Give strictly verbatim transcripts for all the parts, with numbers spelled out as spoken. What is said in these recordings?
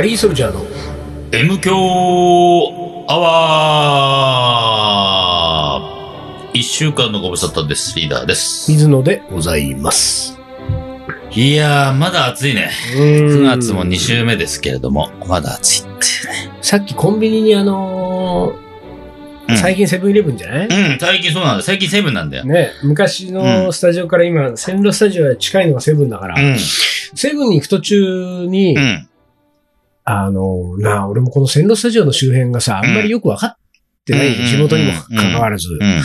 カリーソルジャーの M 強アワー。一週間のご無沙汰です。リーダーです。 水野でございます。 いやー、まだ暑いね。くがつもに週目ですけれども、まだ暑いっていうね。 さっきコンビニにあのーうん、最近セブンイレブンじゃない？ うん、最近そうなんだ。最近セブンなんだよ。 ね、昔のスタジオから今、うん、線路スタジオが近いのがセブンだから、うん、セブンに行く途中に、うん、あの、なあ、俺もこの線路スタジオの周辺がさ、あんまりよくわかってない、うん、地元にも関わらず、うんうん、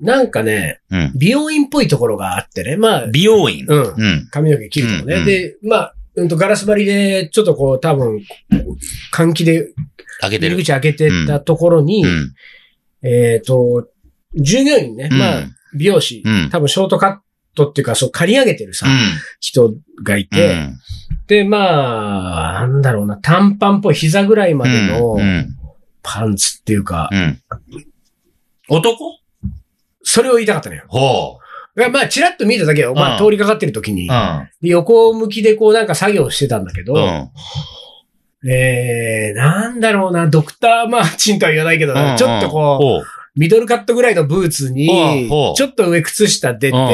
なんかね、うん、美容院っぽいところがあってね、まあ、 美容院うん。髪の毛切るとこね。うん、で、まあ、うんとガラス張りで、ちょっとこう、多分、換気で、 開けてる。 入り口開けてたところに、うん、えっと、従業員ね、うん、まあ、美容師、うん、多分ショートカットっていうか、そう、刈り上げてるさ、うん、人がいて、うん、で、まあ、なんだろうな、短パンっぽい膝ぐらいまでのパンツっていうか、うんうん、 男？ それを言いたかったのよ。 ほう。まあ、チラッと見ただけよ。まあ、通りかかってる時に、うん、横向きでこうなんか作業してたんだけど、うんえー、なんだろうな、ドクターマーチンとは言わないけど、うんうん、ちょっとこう、ミドルカットぐらいのブーツに、ちょっと上靴下出て、うんうん、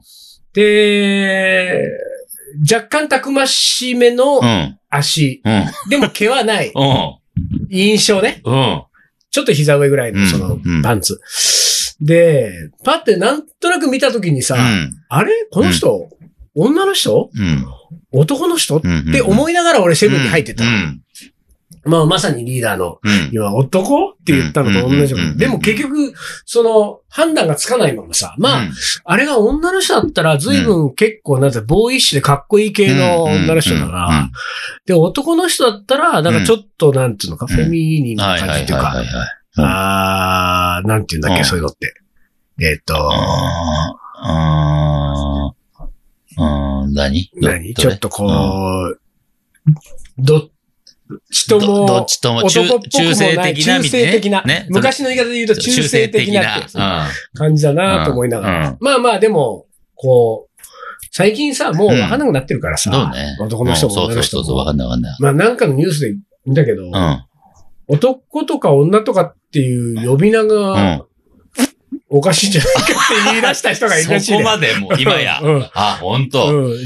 で、若干たくましめの足、うん、でも毛はない、うん、印象ね、うん。ちょっと膝上ぐらいのそのパンツ。うんうん、で、パってなんとなく見たときにさ、うん、あれこの人、うん、女の人、うん男の人、うんうんうん、って思いながら俺セブンに入ってた、うんうん。まあまさにリーダーの、うん、今男って言ったのと同じ、うんうんうん、でも結局、その判断がつかないままさ、まあ、うん、あれが女の人だったら随分結構なんてボーイッシュでかっこいい系の女の人だから、うんうんうんうん、で、男の人だったら、なんかちょっとなんていうのか、うん、フェミニンな感じっていうか、あー、なんていうんだっけ、うん、そういうのって。えっと、 あーうん、何何ちょっとこう、うん、どっちとも、 どっちとも中中性的な、 中性的な、ね、昔の言い方で言うと中性的なって感じだなと思いながら、うんうん。まあまあでも、こう、最近さ、もうわかんなくなってるからさ、 うんね、 男の人も女の人も。 そうそうそう、わかんないわかんない。 まあなんかのニュースで見たけど、うん、男とか女とかっていう呼び名が、うんおかしいんじゃないかって言い出した人がいるらしい、ね。 そこまでもう今や。うん、あ、ほんと、 うん。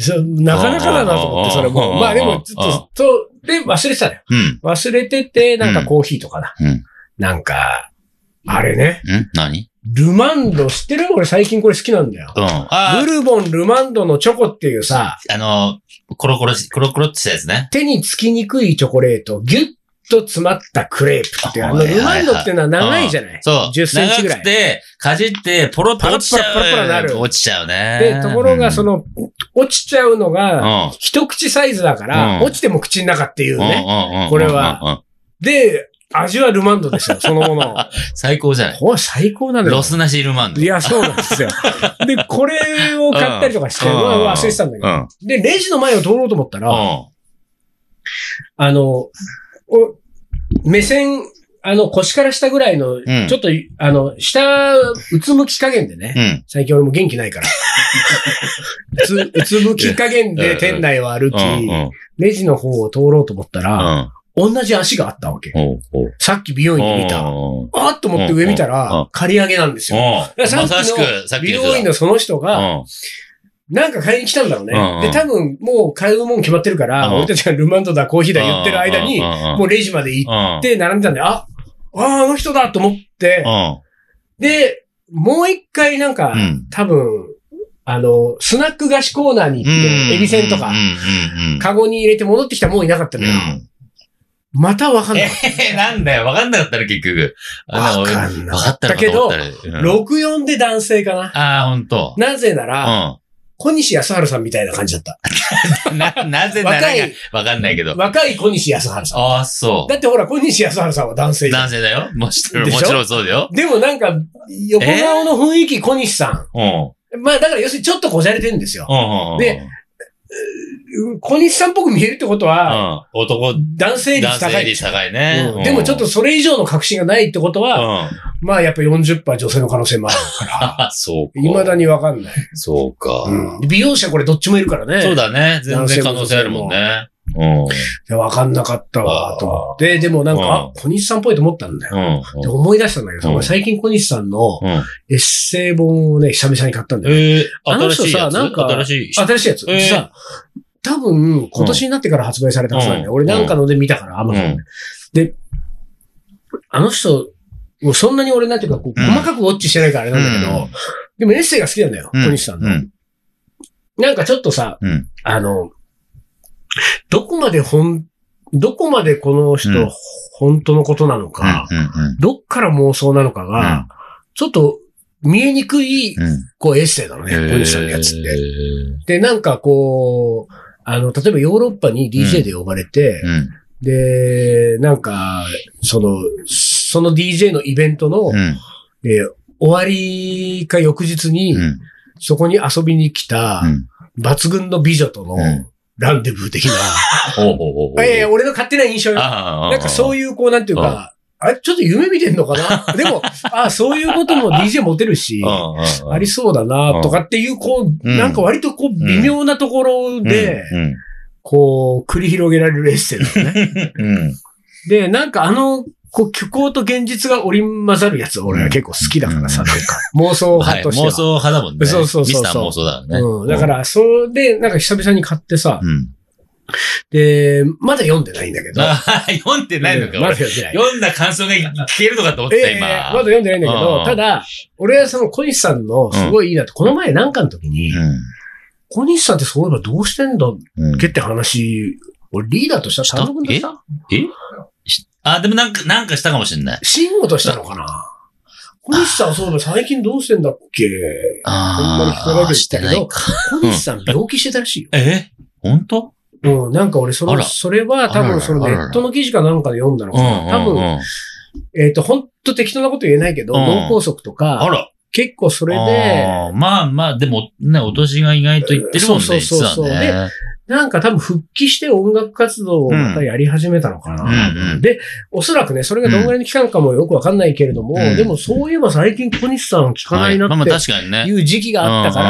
なかなかだなと思って、それも。まあでも、ちょっと、そう、で、忘れてたのよ。うん、忘れてて、なんかコーヒーとかな。うん、なんか、あれね。 ん何ルマンド知ってる？俺最近これ好きなんだよ。うん。あブルボンルマンドのチョコっていうさ。 あの、コロコロ、コロコロってしたやつね。 手につきにくいチョコレート、ギュッと詰まったクレープっていう、あの、ルマンドっていうのは長いじゃない、うん、そう。じゅっセンチぐらい。 長くて、かじって、ポロッと落ちちゃう。 パラパラパラなる。 落ちちゃうね。 で、ところが、その、落ちちゃうのが、一口サイズだから、うん、落ちても口の中っていうね。これは。で、味はルマンドですよ、そのもの。 最高じゃない。 これ最高なんだよ。 ロスなしルマンド。 いや、そうなんですよ。で、これを買ったりとかして、うん、忘れてたんだけど、うん。で、レジの前を通ろうと思ったら、うん、あの、目線、あの、腰から下ぐらいの、うん、ちょっと、あの、下、うつむき加減でね、うん、最近俺も元気ないから、うつ、うつむき加減で店内を歩き、うんうん、レジの方を通ろうと思ったら、うん、同じ足があったわけ。うん、さっき美容院で見た。あーっと思って上見たら、刈り上げなんですよ。さっきの美容院のその人が、なんか買いに来たんだろうね。うんうん、で、多分、もう買うもん決まってるから、うん、俺たちがルマンドだ、コーヒーだ言ってる間に、うん、もうレジまで行って並んでたんで、あ、あ、あの人だと思って、うん、で、もう一回なんか、うん、多分、あの、スナック菓子コーナーに行って、エビせんとか、カゴに入れて戻ってきたらもういなかったのよ。うんまたわかんなかった。 えー、なんだよ、わかんなかったら結局。 わかんなかったけど、ろくじゅうよんで男性かな。 ああ、ほんと。 なぜなら、うん小西康晴さんみたいな感じだった。 な、なぜなら若い、わかんないけど。 若い小西康晴さん。 ああ、そう。 だってほら、小西康晴さんは男性じゃん。 男性だよ。もちろん、もちろんそうだよ。 でもなんか、横顔の雰囲気小西さん。うん。まあだから要するにちょっとこじゃれてるんですよ。うん。で、小西さんっぽく見えるってことは、 うん、男、 男性率高い。男性率高いね、 うん。でもちょっとそれ以上の確信がないってことは、うん、まあやっぱ よんじゅっパーセント 女性の可能性もあるから。 そうか。 未だにわかんない。 そうか、 うん。美容師はこれどっちもいるからね。 そうだね。全然可能性あるもんね。 うん。 わかんなかったわ、と思って。でもなんか、あ、小西さんっぽいと思ったんだよ。で思い出したんだけど、最近小西さんのエッセイ本をね、久々に買ったんだよ。 えあの人さ、なんか、新しい新しいやつ。さ、多分、今年になってから発売されたはずなんだよ。俺なんかので見たから、アマゾンで。で、あの人、もうそんなに俺なんていうか、こう細かくウォッチしてないからあれなんだけど、でもエッセイが好きなんだよ、小西さんの。なんかちょっとさ、あの、どこまで本、どこまでこの人、うん、本当のことなのか、うんうんうん、どっから妄想なのかが、うん、ちょっと見えにくい、うん、こうエッセイなのね、小西さんのやつって。で、なんかこう、あの、例えばヨーロッパに ディージェー で呼ばれて、うん、で、なんか、その、その ディージェー のイベントの、うん、えー、終わりか翌日に、うん、そこに遊びに来た、抜群の美女との、うんランデブー的な。ええ、俺の勝手な印象よ。なんかそういう、こう、なんていうか、あれ、ちょっと夢見てんのかなでも、あそういうことも ディージェー 持てるし、ありそうだな、とかっていう、こう、なんか割とこう、微妙なところで、こう、繰り広げられるエッセイなのね。で、なんかあの、こう、虚構と現実が織り交ざるやつ、俺は結構好きだからさ、なんか。妄想派としては。 妄想派だもんね。 そうそうそう。 ミスター妄想だからね。 うん。だから、それで、なんか久々に買ってさ、うん、で、まだ読んでないんだけど。 読んでないのか、 まだ読んでない。 読んだ感想が聞けるのかと思ってた、今、 えー。まだ読んでないんだけど、ただ、俺はその小西さんのすごいいいなって、この前なんかの時に、うん、小西さんってそういえばどうしてんだっけって話、俺リーダーとしたら単独でしたええあ、でもなんか、なんかしたかもしれない。 慎吾としたのかな小西さんそういえば最近どうしてんだっけああ。ほんまに聞かないけど、けど小西さん病気してたらしいよ。 え本当うん、なんか俺その、それは多分そのネットの記事かなんかで読んだのかな。多分、えっと、ほんと適当なこと言えないけど、脳梗塞とか、 あら。 結構それで、 まあまあ、でもね、お年が意外と言ってるもんね。 そうそうそうそう。で、なんか多分復帰して音楽活動をまたやり始めたのかな。うん、で、おそらくね、それがどんぐらいの期間かもよくわかんないけれども、うん、でもそういえば最近小西さん聞かないなっていう時期があったから、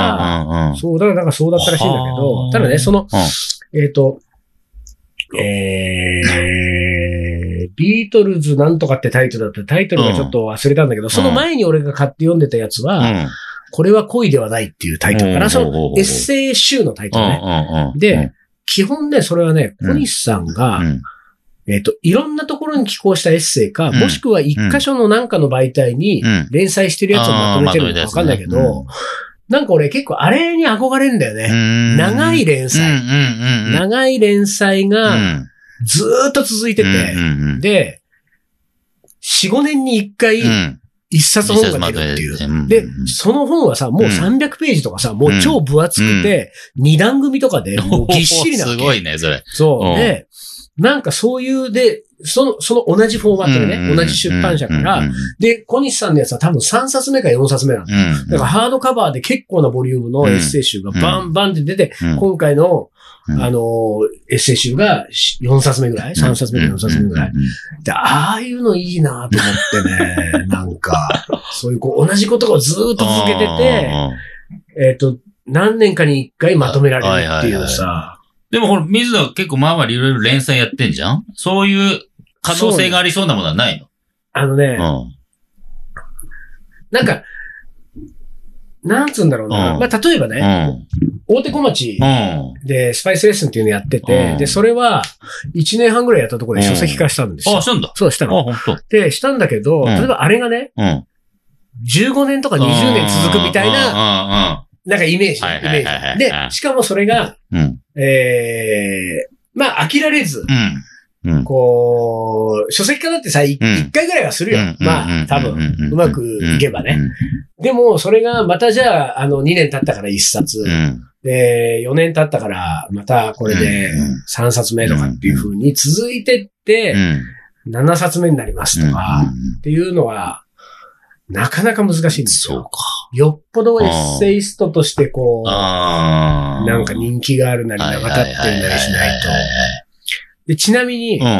そう、だからなんかそうだったらしいんだけど、ただね、その、えっと、えー、ビートルズなんとかってタイトルだったタイトルがちょっと忘れたんだけど、その前に俺が買って読んでたやつは、これは恋ではないっていうタイトルかな。そのエッセイ集のタイトルね。で、基本ね、それはね、小西さんが、えっと、いろんなところに寄稿したエッセイか、もしくは一箇所のなんかの媒体に連載してるやつをまとめてるのかわかんないけど、なんか俺結構あれに憧れるんだよね。長い連載。長い連載がずーっと続いてて、で、よん、ごねんにいっかい一冊本が出るっていう。で、その本はさ、もうさんびゃくページとかさ、もう超分厚くて、にだん組とかでもうぎっしりなわけ。 すごいね、それ。 そう。で、なんかそういう、で、その、その同じフォーマットでね、同じ出版社から、で、小西さんのやつは多分さんさつめかよんさつめなんだ。だからハードカバーで結構なボリュームのエッセイ集がバンバンって出て、今回の、あの、エッセイ集がよんさつめぐらい ?さんさつめかよんさつめぐらい。で、ああいうのいいなと思ってね、なんか、そういうこう同じことをずーっと続けてて、えっと、何年かにいっかいまとめられるっていうさ、 でもこれ、水野は結構まあまあいろいろ連載やってんじゃん？そういう可能性がありそうなものはないの？ あのね、うん、なんか、なんつうんだろうな。うん、まあ、例えばね、うん、大手小町でスパイスレッスンっていうのやってて、うん、で、それはいちねんはんぐらいやったところで書籍化したんですよ。 うん、あ、したんだ。 そう、したの。 あ、本当。 で、したんだけど、例えばあれがね、うん、じゅうごねんとかにじゅうねん続くみたいな、なんかイメージ、イメージ。で、しかもそれが、うん、ええー、まあ飽きられず、うんうん、こう、書籍化だってさ、一、うん、回ぐらいはするよ。うん、まあ、多分、うまくいけばね。でも、それがまたじゃあ、あの、にねん経ったからいっさつ、うん、で、よねん経ったから、またこれでさんさつめとかっていう風に続いてって、ななさつめになりますとか、っていうのは、なかなか難しいんですよ。 そうか。 よっぽどエッセイストとしてこう、なんか人気があるなり、名が立ってるなりしないと。で、ちなみに、うん、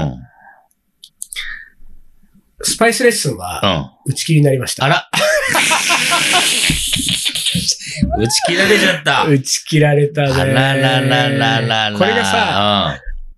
スパイスレッスンは、打ち切りになりました。 あら打ち切られちゃった。 打ち切られたね。 あらららららら。 これがさ、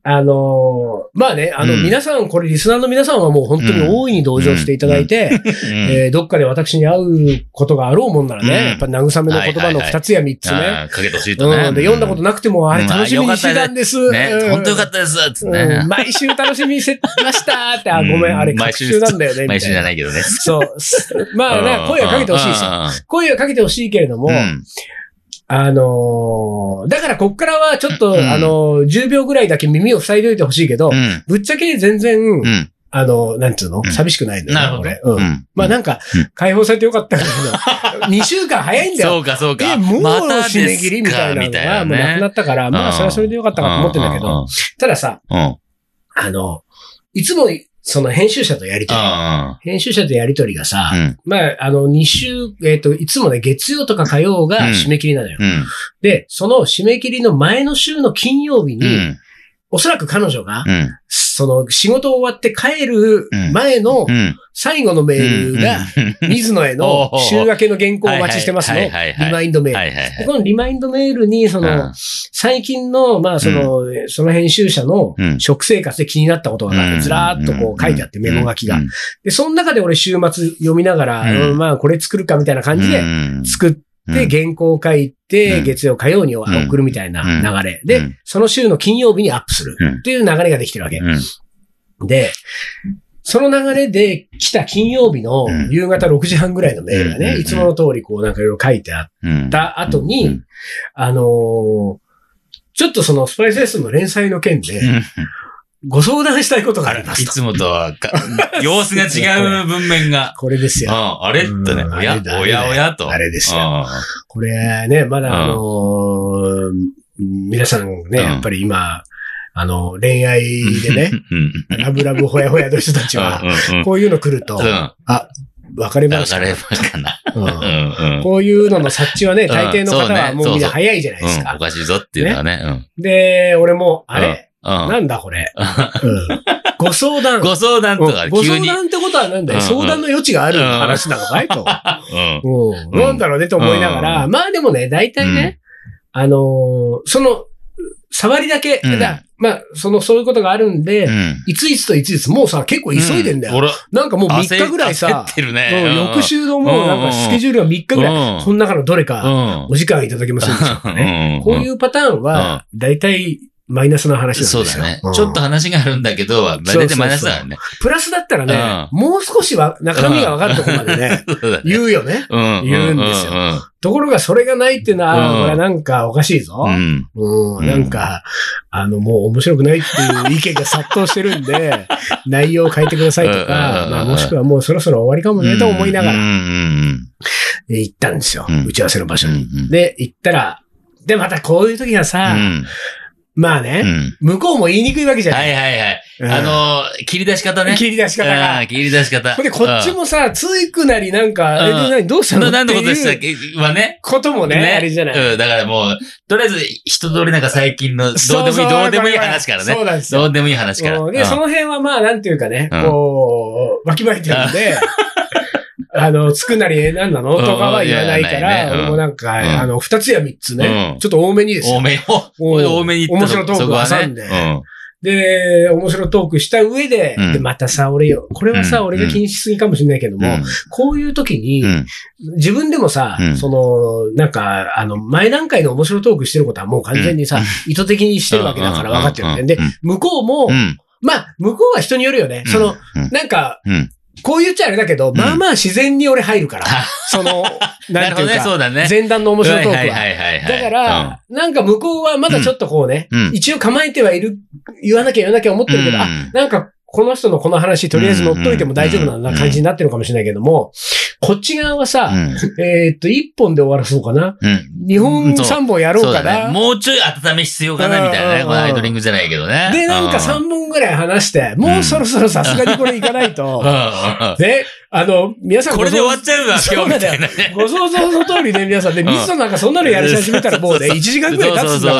あのー、まあね、あの、 うん皆さん、これリスナーの皆さんはもう本当に大いに同情していただいて、 うんえーどっかで私に会うことがあろうもんならね、 うんやっぱ慰めの言葉の二つや三つね。 あーかけてほしいとね。 うん、で、読んだことなくても、あれ楽しみにしてたんです。 ね、 うん本当よかったですつってうねん。毎週楽しみにしてましたって、あ、ごめん、あれ、各毎週週なんだよね。みたいな毎週じゃないけどね。 そう。まあね、声はかけてほしいですよ。声はかけてほしいけれども、 うんあのー、だからこっからはちょっと、 うんあのー、じゅうびょうぐらいだけ耳を塞いでおいてほしいけど、 うんぶっちゃけ全然、 うんあの、なんつうの、 うん寂しくないんだよね、 なるほどこれ。うん。 うんまあなんか、 うん解放されてよかったけど、にしゅうかん早いんだよ。 そうか、そうか。 え、もうまた締め切りみたいなのが、もうなくなったから、まあそれはそれでよかったかと思ってんだけど、たださ、 うん。うん。 あの、いつも、その編集者とやりとり、編集者とやりとりがさ、 うん。 まあ、あの、に週、えっと、いつもね、月曜とか火曜が締め切りなのよ。 うん。 で、その締め切りの前の週の金曜日に、 うん。 おそらく彼女が、 うん。 その仕事終わって帰る前のうん。 最後のメールが、水野への週明けの原稿をお待ちしてますの、リマインドメール。 はいはいはい。 このリマインドメールに、その、最近の、まあ、その、その編集者の食生活で気になったことがずらーっとこう書いてあって、メモ書きが。で、その中で俺週末読みながら、まあ、これ作るかみたいな感じで作って、原稿を書いて、月曜火曜に送るみたいな流れ。で、その週の金曜日にアップするっていう流れができてるわけ。で、その流れで来た金曜日の夕方ろくじはんぐらいのメールがね、いつもの通りこうなんかいろいろ書いてあった後に、あのー、ちょっとそのスパイスレッスンの連載の件で、ご相談したいことがあります。 いつもとは、様子が違う文面が。 これですよ。 あれってね、おや、おやおやと。 あれですよ。これね、まだあのー、皆さんね、やっぱり今、あの、恋愛でね、ラブラブほやほやの人たちは、こういうの来ると、あ、別れました。 別れまかな。 こういうのの察知はね、大抵の方はもうみんな早いじゃないですか。 おかしいぞっていうのはね。 で、俺も、あれなんだこれ。ご相談。 ご相談とか、 ご相談ってことはなんだよ。相談の余地がある話なのかいと。なんだろうねと思いながら、まあでもね、大体ね、あの、その、触りだけ、まあ、その、そういうことがあるんで、いついつといついつ、もうさ、結構急いでんだよ。なんかもうみっかぐらいさ、翌週のもうなんかスケジュールがみっかぐらい、この中のどれかお時間いただけませんでしょうかね。こういうパターンは、大体、マイナスな話なんですよ。 そうだね。ちょっと話があるんだけど、大体マイナスだよね。 プラスだったらね、もう少しは中身がわかるところまでね、言うよね。言うんですよ。ところがそれがないっていうのは、これはなんかおかしいぞ。なんか、あの、もう面白くないっていう意見が殺到してるんで、内容を変えてくださいとか、まあもしくはもうそろそろ終わりかもねと思いながら、行ったんですよ。打ち合わせの場所に。で、行ったら、で、またこういう時はさ、まあね、うん、向こうも言いにくいわけじゃない。 はいはいはい。うん、あのー、切り出し方ね。 切り出し方が。 切り出し方。 で、こっちもさ、ついくなりなんか、うん、え、何、どうしたの何のことでしたっけはね。 こともね、ねあれじゃない。 うん、だからもう、とりあえず、一通りなんか最近の、どうでもいい、どうでもいい話からね。そうなんですよ。どうでもいい話から。 で、その辺はまあ、なんていうかね、こう、わきまえてるんで、あの、つくなり何なのとかは言わないから、俺もなんか、あの、二つや三つね、ちょっと多めにですよ。 多め、多めに面白トークを挟んで、で、面白トークした上で、で、またさ、俺よ、これはさ、俺が気にしすぎかもしれないけども、こういう時に、自分でもさ、その、なんか、あの、前段階の面白トークしてることはもう完全にさ、意図的にしてるわけだから分かってるんだよ。で、向こうも、まあ、向こうは人によるよね。その、なんか、こう言っちゃあれだけど、うん、まあまあ自然に俺入るから。その、なんていうか、ねそうだね、前段の面白いトークは。はいはいはいはい、だから、うん、なんか向こうはまだちょっとこうね、うん、一応構えてはいる、言わなきゃ言わなきゃ思ってるけど、うん、あ、なんかこの人のこの話とりあえず乗っといても大丈夫な感じになってるかもしれないけども、こっち側はさ、うん、えー、っと、一本で終わらそうかな。二、うん、本三本やろうかな、 ね。もうちょい温め必要かなみたいなね。このアイドリングじゃないけどね。 で、なんか三本ぐらい話して、もうそろそろさすがにこれいかないと。で、あの、皆さんこれで終わっちゃうわ、今日みたいなね。 ご想像の通りね、皆さんで、ミストなんかそんなのやり始めたらもうね、いちじかんぐらい経つんだから。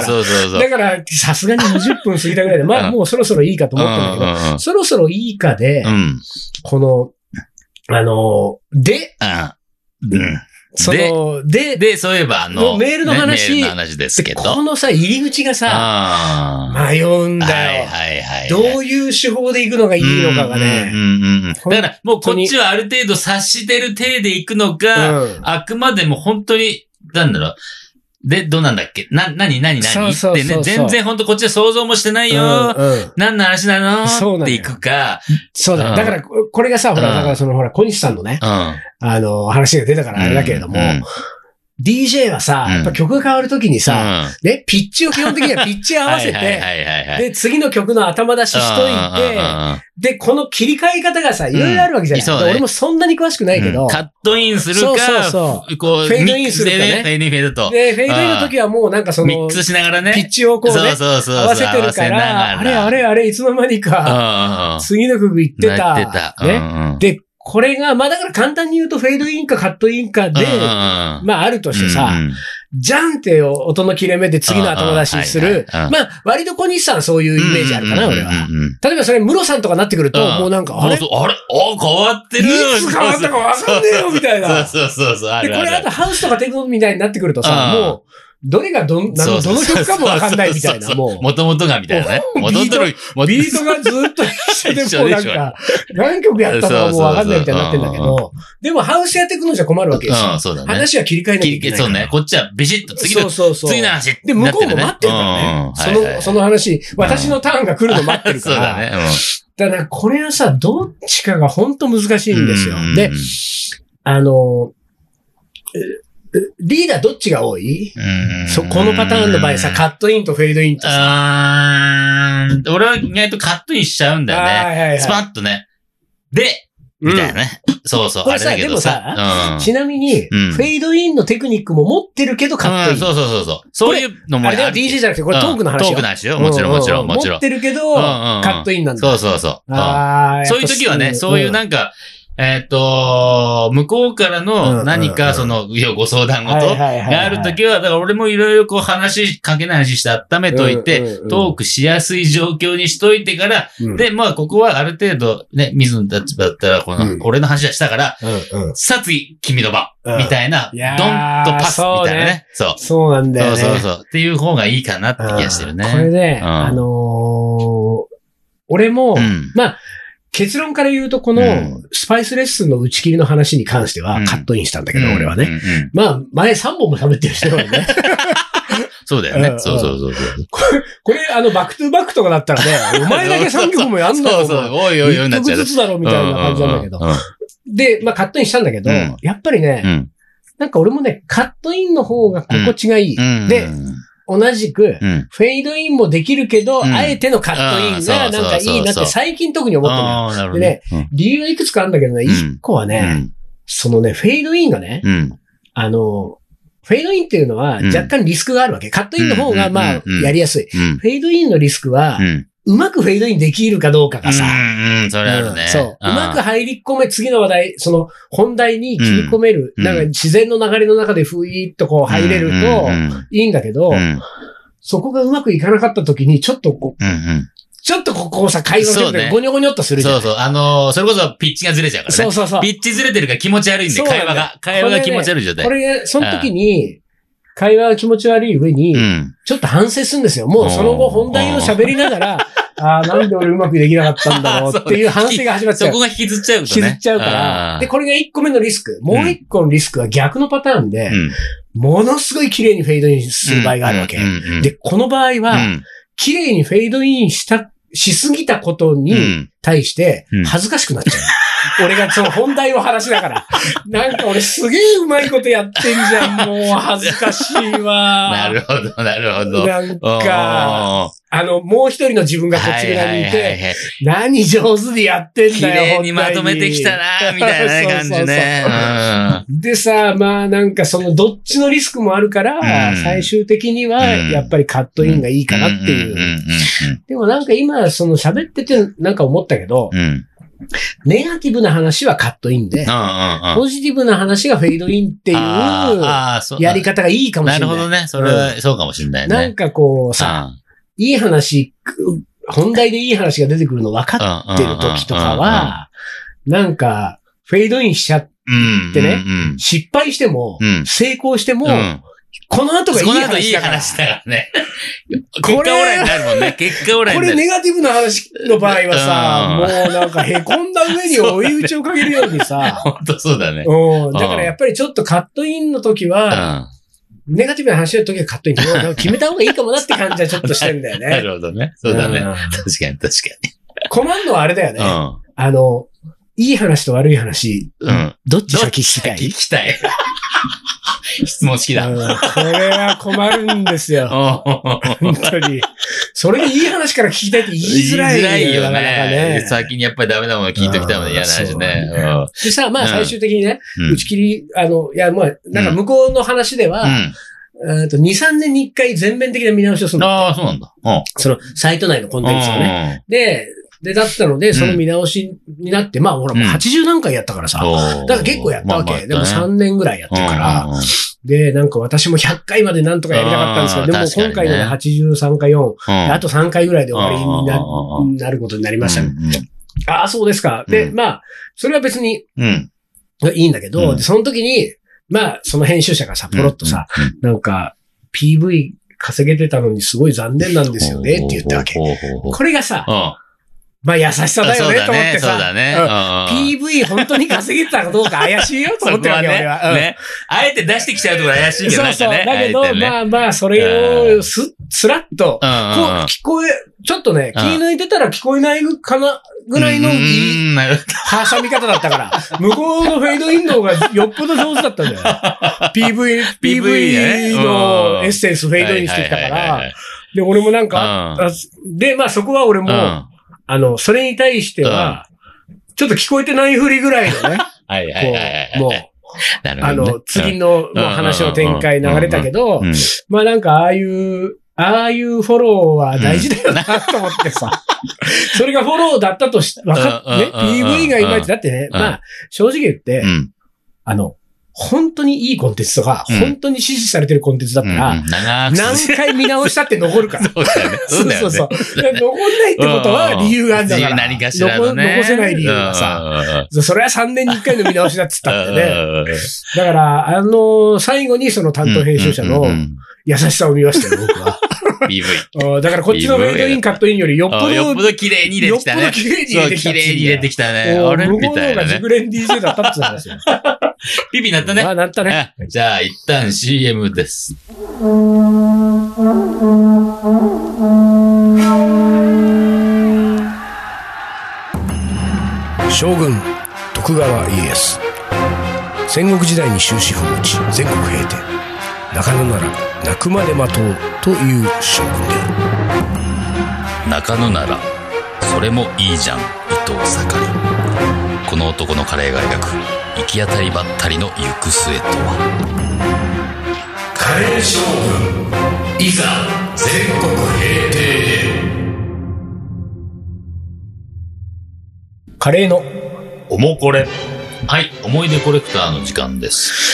だから、さすがににじゅっぷん過ぎたぐらいで、まあもうそろそろいいかと思ったんだけど、そろそろいいかで、この、あの、で、うん、 その、で、 で、そういえばあの、 メールの話、 ね、メールの話ですけど。 このさ、入り口がさ、迷うんだよ。 はいはいはい。 どういう手法で行くのがいいのかがね。 うんうんうん、だから、もうこっちはある程度察してる体で行くのか、うん、あくまでも本当に、なんだろう。で、どうなんだっけな、なになになにってね、全然本当こっちは想像もしてないよ。うんうん、何の話なのそうって行くか。 そうだ、うん。だから、これがさ、ほら、だからそのほら、小西さんのね、うん、あの、話が出たからあれだけれども、うんうん、ディージェー はさ、やっぱ曲が変わるときにさ、うん、ね、ピッチを基本的にはピッチ合わせて、で、次の曲の頭出ししといて、で、この切り替え方がさ、いろいろあるわけじゃない、うんね、俺もそんなに詳しくないけど、うん、 カットインするか、そうそうそう。こう、 フェードインするかね。 フェードインフェードと。 で、フェードインの時はもうなんかその、 ミックスしながらね。 ピッチをこうね、 そうそうそう合わせてるから、あれあれあれ、いつの間にか、次の曲行ってた。 行ってた。 ね。で、これが、まあだから簡単に言うとフェードインかカットインかで、まああるとしてさ、じゃんって音の切れ目で次の頭出しする。まあ割と小西さんそういうイメージあるかな、俺は。例えばそれ、ムロさんとかなってくると、もうなんか、あれあれあ、変わってる。 いつ変わったかわかんねえよ、みたいな。 そうそうそう。 で、これあとハウスとかテクノみたいになってくるとさ、もう、どれがど、どの曲かもわかんないみたいな、もう。 もともとがみたいなね。 ビート、ビートがずっと一緒でもうなんか、何曲やったのかもうわかんないみたいになってんだけど、でもハウスやっていくのじゃ困るわけですよ。 うん、そうだね。 話は切り替えなきゃいけない。 そうね。こっちはビシッと次の、そうそうそう次の話。 で、向こうも待ってるからね。その、その話、私のターンが来るの待ってるから。そうだね。だからこれはさ、どっちかが本当難しいんですよ。で、あの、リーダーどっちが多い？うんそ、このパターンの場合さ、カットインとフェードインとさ。 あー俺は意外とカットインしちゃうんだよね。はいはいはい、スパッとね。で、みたいなね。うん、そうそう。 これさ、あれだけどさでもさ、うん、ちなみに、フェードインのテクニックも持ってるけどカットイン。うん、 そうそうそうそう。そういうのもある。あれでも ディージェー じゃなくて、これトークの話よ。 トークの話よ。もちろんもちろんもちろん。 持ってるけど、カットインなんだ。 そうそうそう。あそういう時はね、そういうなんか、えっと、向こうからの何かその、ご相談事があるときは、だから俺もいろいろこう話、関係ない話して温めといて、トークしやすい状況にしといてから、で、まあここはある程度ね、水の立場だったら、この、俺の話はしたから、さあ次、君の番、みたいな、ドンとパス、みたいなね。そう。 そうなんだよね。 そうそうそう。っていう方がいいかなって気がしてるね。 これね、あの、俺も、まあ、結論から言うと、この、スパイスレッスンの打ち切りの話に関しては、カットインしたんだけど、俺はね。まあ、前さんぼんも喋ってる人だよね。 そうだよね。そうそうそう。 これ、これ、あの、バックトゥーバックとかだったらね、お前だけさんきょくもやんだろ。 そうそう、おいおいおいなっちゃう。 いっきょくずつだろ、みたいな感じなんだけど。で、まあ、カットインしたんだけど、やっぱりね、なんか俺もね、カットインの方が心地がいい。で、同じく、フェードインもできるけど、うん、あえてのカットインがなんかいいなって最近特に思ってるんだよ。でね、うん、理由はいくつかあるんだけどね、一、うん、個はね、うん、そのね、フェードインがね、うん、あの、フェードインっていうのは若干リスクがあるわけ。カットインの方がまあ、やりやすい。フェードインのリスクは、うまくフェードインできるかどうかがさ。 うん、それあるね。 そう。うまく入り込め、次の話題、その本題に切り込める。なんか自然の流れの中でふいーっとこう入れるといいんだけど、そこがうまくいかなかった時に、ちょっとこう、うんうん、ちょっとここをさ、会話するとゴニョゴニョっとするじゃん。 そうそう。あのー、それこそピッチがずれちゃうからね。 そうそうそう。 ピッチずれてるから気持ち悪いんで、会話が。会話が気持ち悪い状態。 これ、ね、その時に、会話が気持ち悪い上に、ちょっと反省するんですよ。もうその後本題を喋りながら、ああ、なんで俺うまくできなかったんだろうっていう反省が始まっちゃう。 そこが引きずっちゃうとね。 引きずっちゃうから。で、これがいっこめのリスク。もういっこのリスクは逆のパターンで、ものすごい綺麗にフェードインする場合があるわけ。で、この場合は、綺麗にフェードインした、しすぎたことに対して恥ずかしくなっちゃう。俺がその本題を話しながら。なんか俺すげえうまいことやってんじゃん。もう恥ずかしいわ。 なるほど、なるほど。 なんか、あの、もう一人の自分がこっち側にいて、何上手でやってんだよ。綺麗にまとめてきたな、みたいな、ね、感じね。 でさ、まあなんかそのどっちのリスクもあるから、うん、最終的にはやっぱりカットインがいいかなっていう。でもなんか今その喋っててなんか思ったけど、うんネガティブな話はカットインで、ポジティブな話がフェードインっていうやり方がいいかもしれない。 なるほどね。それはそうかもしれないね。 なんかこうさ、いい話、本題でいい話が出てくるの分かってる時とかは、なんかフェードインしちゃっってね、失敗しても、成功しても、この後がいい話だから。いい話だからね。結果オーライになるもんね。結果オーライになる。 これネガティブな話の場合はさ、もうなんか凹んだ上に追い打ちをかけるようにさ。 本当そうだね。 うん。だからやっぱりちょっとカットインの時は、ネガティブな話の時はカットインで決めた方がいいかもなって感じはちょっとしてるんだよね。 なるほどね。そうだね。確かに確かに。 困るのはあれだよね。あの、いい話と悪い話、どっち先聞きたい？ 聞きたい。質問式だ。 これは困るんですよ。本当に。それでいい話から聞きたいって言いづらい。 言いづらいよね。先にやっぱりダメなもの聞いときたいもんね。嫌な話ね。 でさ、まあ最終的にね、打ち切り、あの、いや、まあ、なんか向こうの話では、に、さんねんにいっかい全面的な見直しをするの。 ああ、そうなんだ。 その、サイト内のコンテンツをね。で、で、だったので、その見直しになって、まあ、ほら、もうはちじゅうなんかいやったからさ。だから結構やったわけ。でもさんねんぐらいやってるから。で、なんか私もひゃっかいまでなんとかやりたかったんですけど、でも今回のではちじゅうさんかよん、あとさんかいぐらいで終わりに な, なることになりました。ああ、そうですか。で、まあ、それは別に、いいんだけど、で、その時に、まあ、その編集者がさ、ポロッとさ、なんか、ピーブイ 稼げてたのにすごい残念なんですよねって言ったわけ。これがさ、まあ優しさだよねと思ってさ。 そうだね。 ピーブイ 本当に稼げてたかどうか怪しいよと思ってるわけ、俺は。 ね。あえて出してきちゃうとこ怪しいけどね。 そうそう。だけど、まあまあ、それをす、スラッと、こう、聞こえ、ちょっとね、気抜いてたら聞こえないかな、ぐらいの、挟み方だったから。向こうのフェードインの方がよっぽど上手だったんだよ。ピーブイ、ピーブイ のエッセンスフェードインしてきたから。で、俺もなんか、で、まあそこは俺も、あの、それに対しては、ちょっと聞こえてないふりぐらいのね。 はいはいはい。 もう、あの、次の話の展開流れたけど、まあなんかああいう、ああいうフォローは大事だよなと思ってさ。それがフォローだったとし、わかっ、ね、ピーブイ がいまいちだってね、まあ、正直言って、あの、本当にいいコンテンツとか、うん、本当に支持されてるコンテンツだったら、うんうん、何回見直したって残るから。 そうだよね。そうだよね。 そうそうそう。残んないってことは理由があるんだから。 何かしらのね。 残せない理由がさ。それはさんねんにいっかいの見直しだっつったってね。だから、あの、最後にその担当編集者の優しさを見ましたよ、僕は。 ピーブイ。 だからこっちのフェードイン、カットインよりよっぽど、 よっぽど綺麗に入れてきたね。よっぽど綺麗に入れてきた。綺麗に入れてきたね。あれみたいなね。向こうの方が熟練 ディージェー だったって話よ。 ピピなったね。 あ、なったね。 じゃあ、一旦 シーエム です。 将軍、徳川家康。戦国時代に終止符を打ち、全国平定。中野なら、泣くまで待とうという将軍である。中野なら、それもいいじゃん、伊藤盛り。この男のカレーが描く、行き当たりばったりの行く末とは。 カレー将軍、いざ全国平定へ。カレーのおもこれ。はい、思い出コレクターの時間です。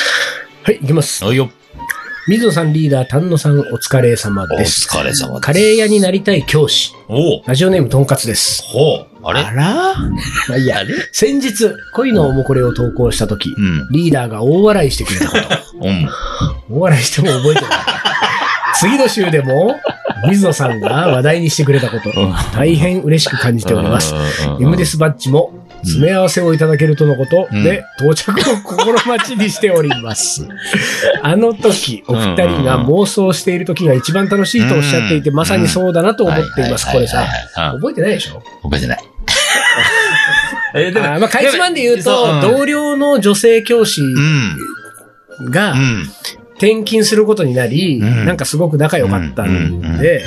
はい、いきます。 はいよ。 水野さんリーダー、丹野さんお疲れ様です。 お疲れ様です。 カレー屋になりたい教師。 おラジオネームとんかつです。 ほう。あれあらまあいいや。先日、恋のおもこれを投稿したとき、うん、リーダーが大笑いしてくれたこと。うん、大笑いしても覚えてない。次の週でも、水野さんが話題にしてくれたこと、大変嬉しく感じております。エムデスバッジも、詰め合わせをいただけるとのことで、うん、到着を心待ちにしております。あの時、お二人が妄想している時が一番楽しいとおっしゃっていて、まさにそうだなと思っています。これさ、覚えてないでしょ？ 覚えてない。 えでもあまあ、かいつまんで言うと、うん、同僚の女性教師が転勤することになり、うん、なんかすごく仲良かったんで、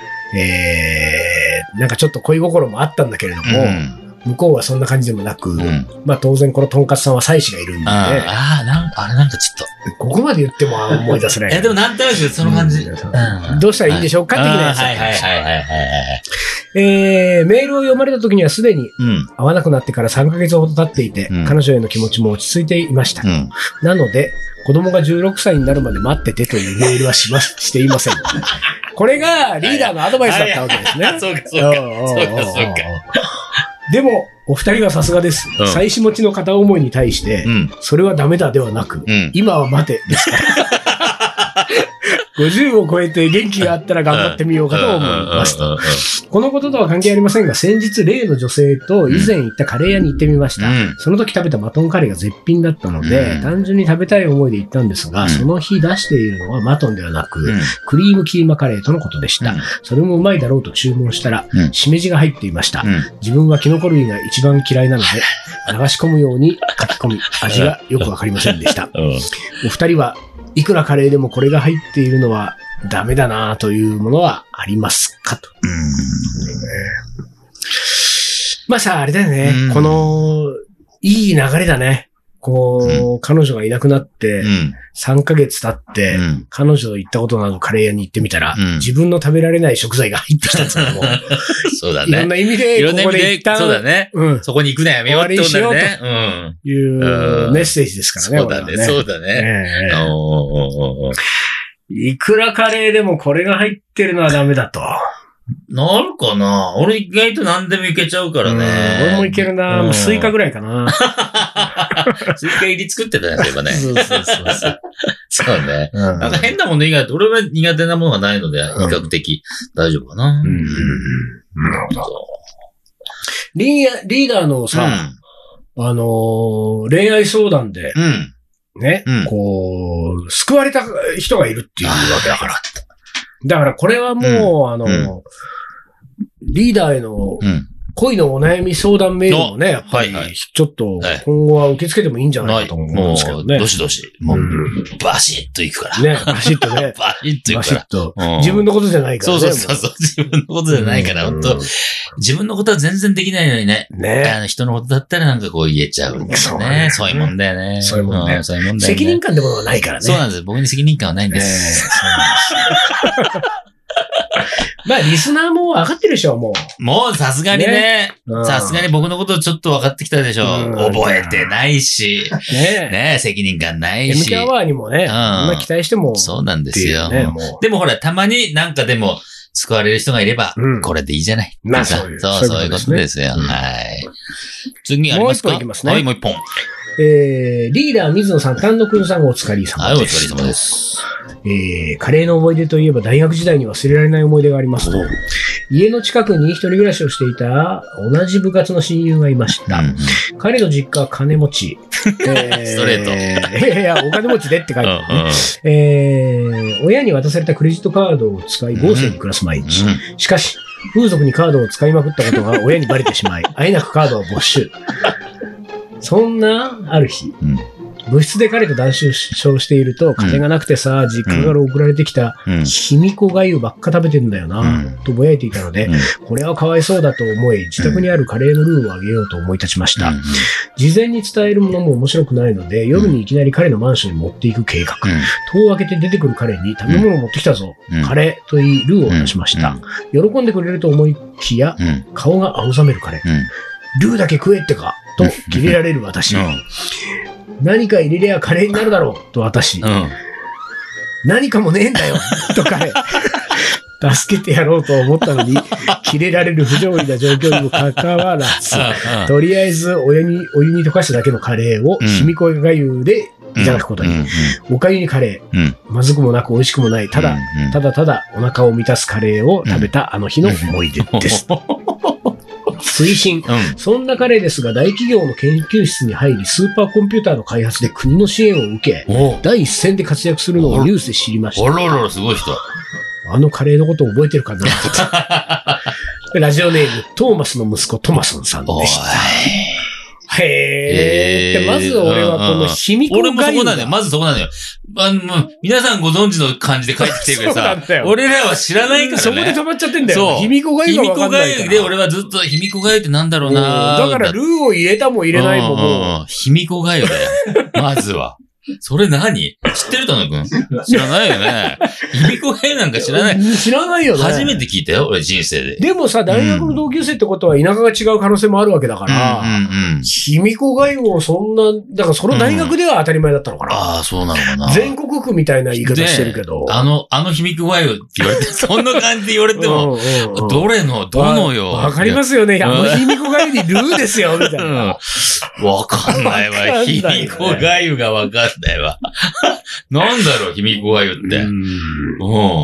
えー、なんかちょっと恋心もあったんだけれども、うん向こうはそんな感じでもなく、うん、まあ当然このとんかつさんは妻子がいるんで、 ああ、なんあれなんかちょっと。 ここまで言っても思い出せない。 え、でもなんとなくその感じ。うんうん、どうしたらいいんでしょうか的なやつ。 はいはいはいはいはい。 えー、メールを読まれた時にはすでに会わなくなってからさんかげつほど経っていて、うん、彼女への気持ちも落ち着いていました。うん、なので、子供がじゅうろくさいになるまで待っててというメールはしま、していません。これがリーダーのアドバイスだったわけですね。 そうかそうか。そうかそうか。 でも、お二人はさすがです。 うん、 妻子持ちの片思いに対して、うん、それはダメだではなく、うん、今は待てですから。ごじゅうを超えて元気があったら頑張ってみようかと思いますと。このこととは関係ありませんが、先日例の女性と以前行ったカレー屋に行ってみました。うん、その時食べたマトンカレーが絶品だったので、うん、単純に食べたい思いで行ったんですが、うん、その日出しているのはマトンではなく、うん、クリームキーマカレーとのことでした。うん、それもうまいだろうと注文したら、うん、しめじが入っていました。うん、自分はキノコ類が一番嫌いなので、流し込むように書き込み、味がよくわかりませんでした。お二人はいくらカレーでもこれが入っているのはダメだなというものはありますかと。うーん、まあさ、あれだよね。この、いい流れだね。こう、うん、彼女がいなくなって、さんかげつ経って、うん、彼女と行ったことのあるカレー屋に行ってみたら、うん、自分の食べられない食材が入ってきたんですよ、もう。 そうだね。 いろんな意味で、ここで一旦、 そうだね。うん。そこに行くのやめようってことだね。 うん。いうメッセージですからね。 そうだね、ねそうだね。えー、おーいくらカレーでもこれが入ってるのはダメだと。 なるかな俺意外と何でもいけちゃうからね。 俺もいけるな、うん、スイカぐらいかな。 スイカ入り作ってたね、そういえばね。 そうそうそうそう。 そうね、うん。なんか変なもの以外、俺は苦手なものがないので、比較的大丈夫かな。うん。うん、なるほど。リー、リーダーのさ、うん、あのー、恋愛相談で、うんね、うん、こう、救われた人がいるっていうわけだから。だからこれはもう、うん、あの、うん、リーダーへの恋のお悩み相談メールもね、やっぱり、ちょっと今後は受け付けてもいいんじゃないかと思うんですけどね。 どしどし。もう、うん、バシッといくから。 ね、バシッとね。 バシッといくから。バシッと。 うん、自分のことじゃないからね。 そうそうそう。自分のことじゃないから、本当自分のことは全然できないのにね。ね。あの人のことだったらなんかこう言えちゃうんだよね。そういうもんだよね。 そういうもんだよね。そういうもんだよね。責任感ってものはないからね。 そうなんです。僕に責任感はないんです。そうなんです。 まあ、リスナーも分かってるでしょ、もう。 もう、さすがにね。さすがに僕のことちょっと分かってきたでしょ。覚えてないし。ねね責任感ないし。 エムケー アワーにもね、うん、あんま期待しても。 そうなんですよ。でもほら、たまになんかでも、救われる人がいれば、うん、これでいいじゃない。 まあ、そういう。 そう、そういうことですよ。うん、はい。次ありますか？ もう一本いきますね。 はい、もう一本。 えー、リーダー水野さん、丹野くんさんお疲れ様です。 はい、お疲れ様です。 えー、カレーの思い出といえば大学時代に忘れられない思い出がありますと、家の近くに一人暮らしをしていた同じ部活の親友がいました。うんうん、彼の実家は金持ち。 えー、ストレート。 いやいや、お金持ちでって書いてあるね。うんうん、えー、親に渡されたクレジットカードを使い、豪勢に暮らす毎日。うんうん、しかし、風俗にカードを使いまくったことが親にバレてしまい、あえなくカードを没収。そんな、ある日、うん、部室で彼と談笑していると、金がなくてさ、実家から送られてきた、卑弥呼がゆばっか食べてんだよな、うん、とぼやいていたので、うん、これはかわいそうだと思い、自宅にあるカレーのルーをあげようと思い立ちました。うん、事前に伝えるものも面白くないので、夜にいきなり彼のマンションに持っていく計画。うん、戸を開けて出てくる彼に、食べ物を持ってきたぞ、うん、カレーと言い、ルーを渡しました。うん。喜んでくれると思いきや、うん、顔が青ざめる彼。うん、ルーだけ食えってかと切れられる私。うん、何か入れりゃカレーになるだろうと私。うん、何かもねえんだよと彼。助けてやろうと思ったのに、切れられる不条理な状況にもかかわらず、とりあえずお湯に、お湯に溶かしただけのカレーを、卑弥呼がゆでいただくことに、うんうんうん、おかゆにカレー、うん、まずくもなく美味しくもない、ただ、うんうん、ただただお腹を満たすカレーを食べたあの日の思い出です。推進、うん。そんな彼ですが、大企業の研究室に入り、スーパーコンピューターの開発で国の支援を受け、第一線で活躍するのをニュースで知りました。 あららら、すごい人。 あのカレーのことを覚えてるかなラジオネーム、トーマスの息子、トマソンさんでした。へー。で、まず俺はこの卑弥呼がゆ。俺もそこなのよ。まずそこなのよ。あの、皆さんご存知の感じで書いてきてるけどさ、俺らは知らないからね。 そこで止まっちゃってんだよ。そう。卑弥呼がゆがわかんないから。卑弥呼がゆで俺はずっと卑弥呼がゆってなんだろうな。 だからルーを入れたも入れないももう。 卑弥呼がゆだよ。まずは。 それ何知ってるたのくん知らないよね。卑弥呼がゆなんか知らない。 知らないよね。 初めて聞いたよ、俺人生で。 でもさ、大学の同級生ってことは田舎が違う可能性もあるわけだから、卑弥呼がゆをそんな、だからその大学では当たり前だったのかな。 うん、ああ、そうなのかな。 全国区みたいな言い方してるけど。 あの、あの卑弥呼がゆって言われて、そんな感じで言われても、うんうんうん、どれの、どのよ。 わかりますよね。あの卑弥呼がゆにルーですよ、みたいな。 わかんないわ。卑弥呼がゆがわかんないわ。なんだろう、卑弥呼がゆって。うん。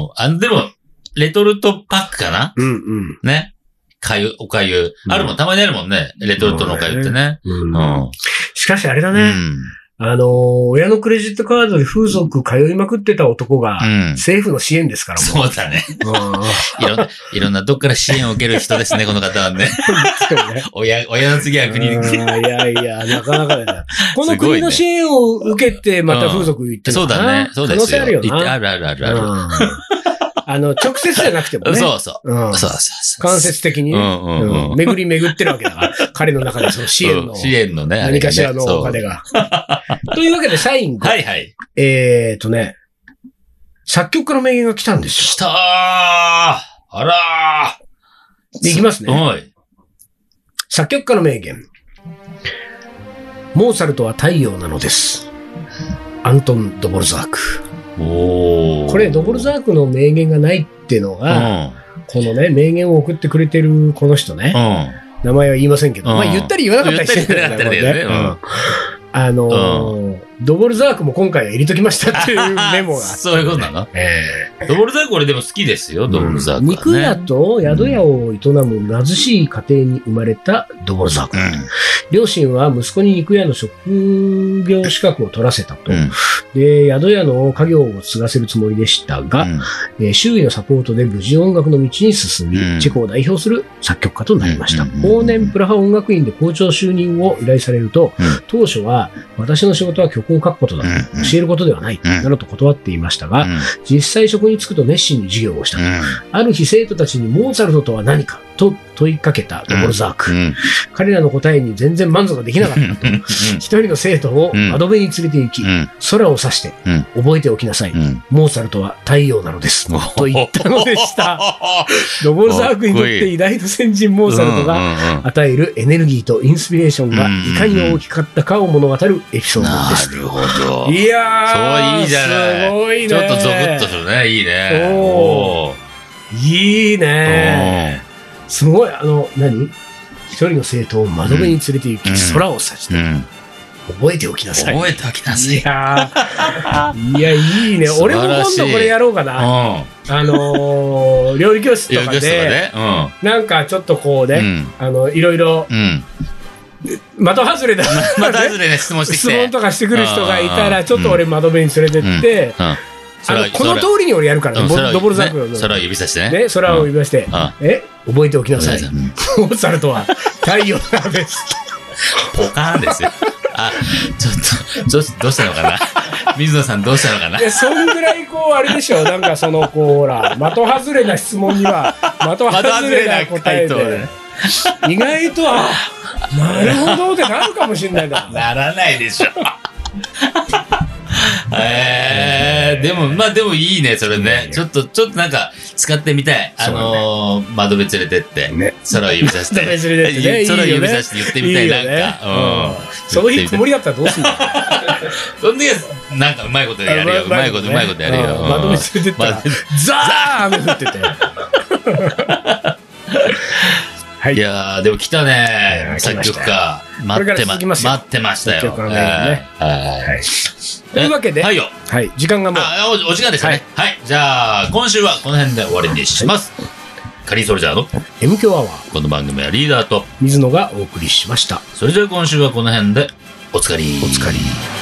あの、でも、レトルトパックかなうんうん。ね。かゆ、おかゆ。あるもん、たまにあるもんね。レトルトのおかゆってね。うん。うん、 しかしあれだね。うんあのー、親のクレジットカードで風俗通いまくってた男が、政府の支援ですからもう、うん、そうだね。いろんな、いろんなどっから支援を受ける人ですね、この方はね。親、親の次は国に。いやいや、なかなかだな。この国の支援を受けて、また風俗行ってるのかな、うん、そうだね。そうですよ。可能性あるよな。 あるあるあるある。うんあの、直接じゃなくてもね。 そうそう。うん、そうそうそう。 間接的にね。うんうんうん、巡り巡ってるわけだから。彼の中でその支援の。 支援のね。 何かしらのお金が。というわけで、最後。 はいはい。 えーとね、作曲家の名言が来たんですよ。 来たーあらーいきますね。はい。作曲家の名言。モーツァルトは太陽なのです。アントン・ドボルザーク。おこれ、ドボルザークの名言がないっていうのが、うん、このね、名言を送ってくれてるこの人ね、うん、名前は言いませんけど、うん、まあ言ったり言わなかったりしてるんだよね。あのーうん、ドボルザークも今回は入れときましたっていうメモが。 そういうことなの、えー、ドボルザーク俺でも好きですよ、ドボルザーク、ね。 肉屋と宿屋を営む貧しい家庭に生まれたドボルザーク。うん、両親は息子に肉屋の職業資格を取らせたと。うん、で、宿屋の家業を継がせるつもりでしたが、うんえー、周囲のサポートで無事音楽の道に進み、うん、チェコを代表する作曲家となりました。うん、後年プラハ音楽院で校長就任を依頼されると、うん、当初は私の仕事は曲を書くことだと、うん、教えることではない、うん、などと断っていましたが、うん、実際職に就くと熱心に授業をしたと、うん、ある日生徒たちにモーツァルトとは何かと問いかけたドボルザーク、うん、彼らの答えに全然満足できなかったと、うん、一人の生徒を窓辺に連れて行き、うん、空を指して、うん、覚えておきなさい、うん、モーツァルトは太陽なのです、うん、と言ったのでしたドボルザークにとって偉大な先人モーツァルトが与えるエネルギーとインスピレーションがいかに大きかったかを物語るエピソードです。 なるほど。 いやー、 そういいじゃない。すごいね。ちょっとゾクッとするね。いいね。おいいね。すごい、あの、何一人の生徒を窓辺に連れて行き、うん、空を指して、うん、覚えておきなさい。 覚えておきなさい。 いやー、いや、いいね。俺も今度これやろうかな。うん、あのー、料理教室とかで、ねうん、なんかちょっとこうね、うん、あの、いろいろ、うん的外れだ。 的外れで質問してきて。 質問とかしてくる人がいたら、ちょっと俺窓辺に連れてって、うんうんうんあのこの通りに俺やるからね、ドボルザークの、 ね、空を指さしてね。ね、空を指さして、うん、え、覚えておきなさい。モーツァルトは太陽なんです。 ポカーンですよ。あ、ちょっと、ちょっとどうしたのかな。水野さんどうしたのかな。 いや、そんぐらいこう、あれでしょ、なんかその、こう、ほら、的外れな質問には、的外れな答えで、意外と、あ、なるほどってなるかもしれないんだ。 ならないでしょ。えー、でも、まあでもいいね、それね。ちょっと、ちょっとなんか、使ってみたい。あのー、窓辺連れてって、ね、空を指さして。 窓辺連れてってね。 空を指さして言ってみたい、なんか。うん。 その日曇りだったらどうすんのその時は、なんかうまいことやるよ。うまいこと、うまいことやるよ。 窓辺連れてったら、ザー雨降ってて。 はい、いやー、でも来たね、作曲家。待ってま、待ってましたよ。作曲家ね。はい。 というわけで、 はいよ。 はい、時間がもう。 あ、お時間ですね。はい。じゃあ、今週はこの辺で終わりにします。カリーソルジャーの M 強アワー。 この番組はリーダーと水野がお送りしました。 それじゃあ今週はこの辺で、おつかり。 おつかり。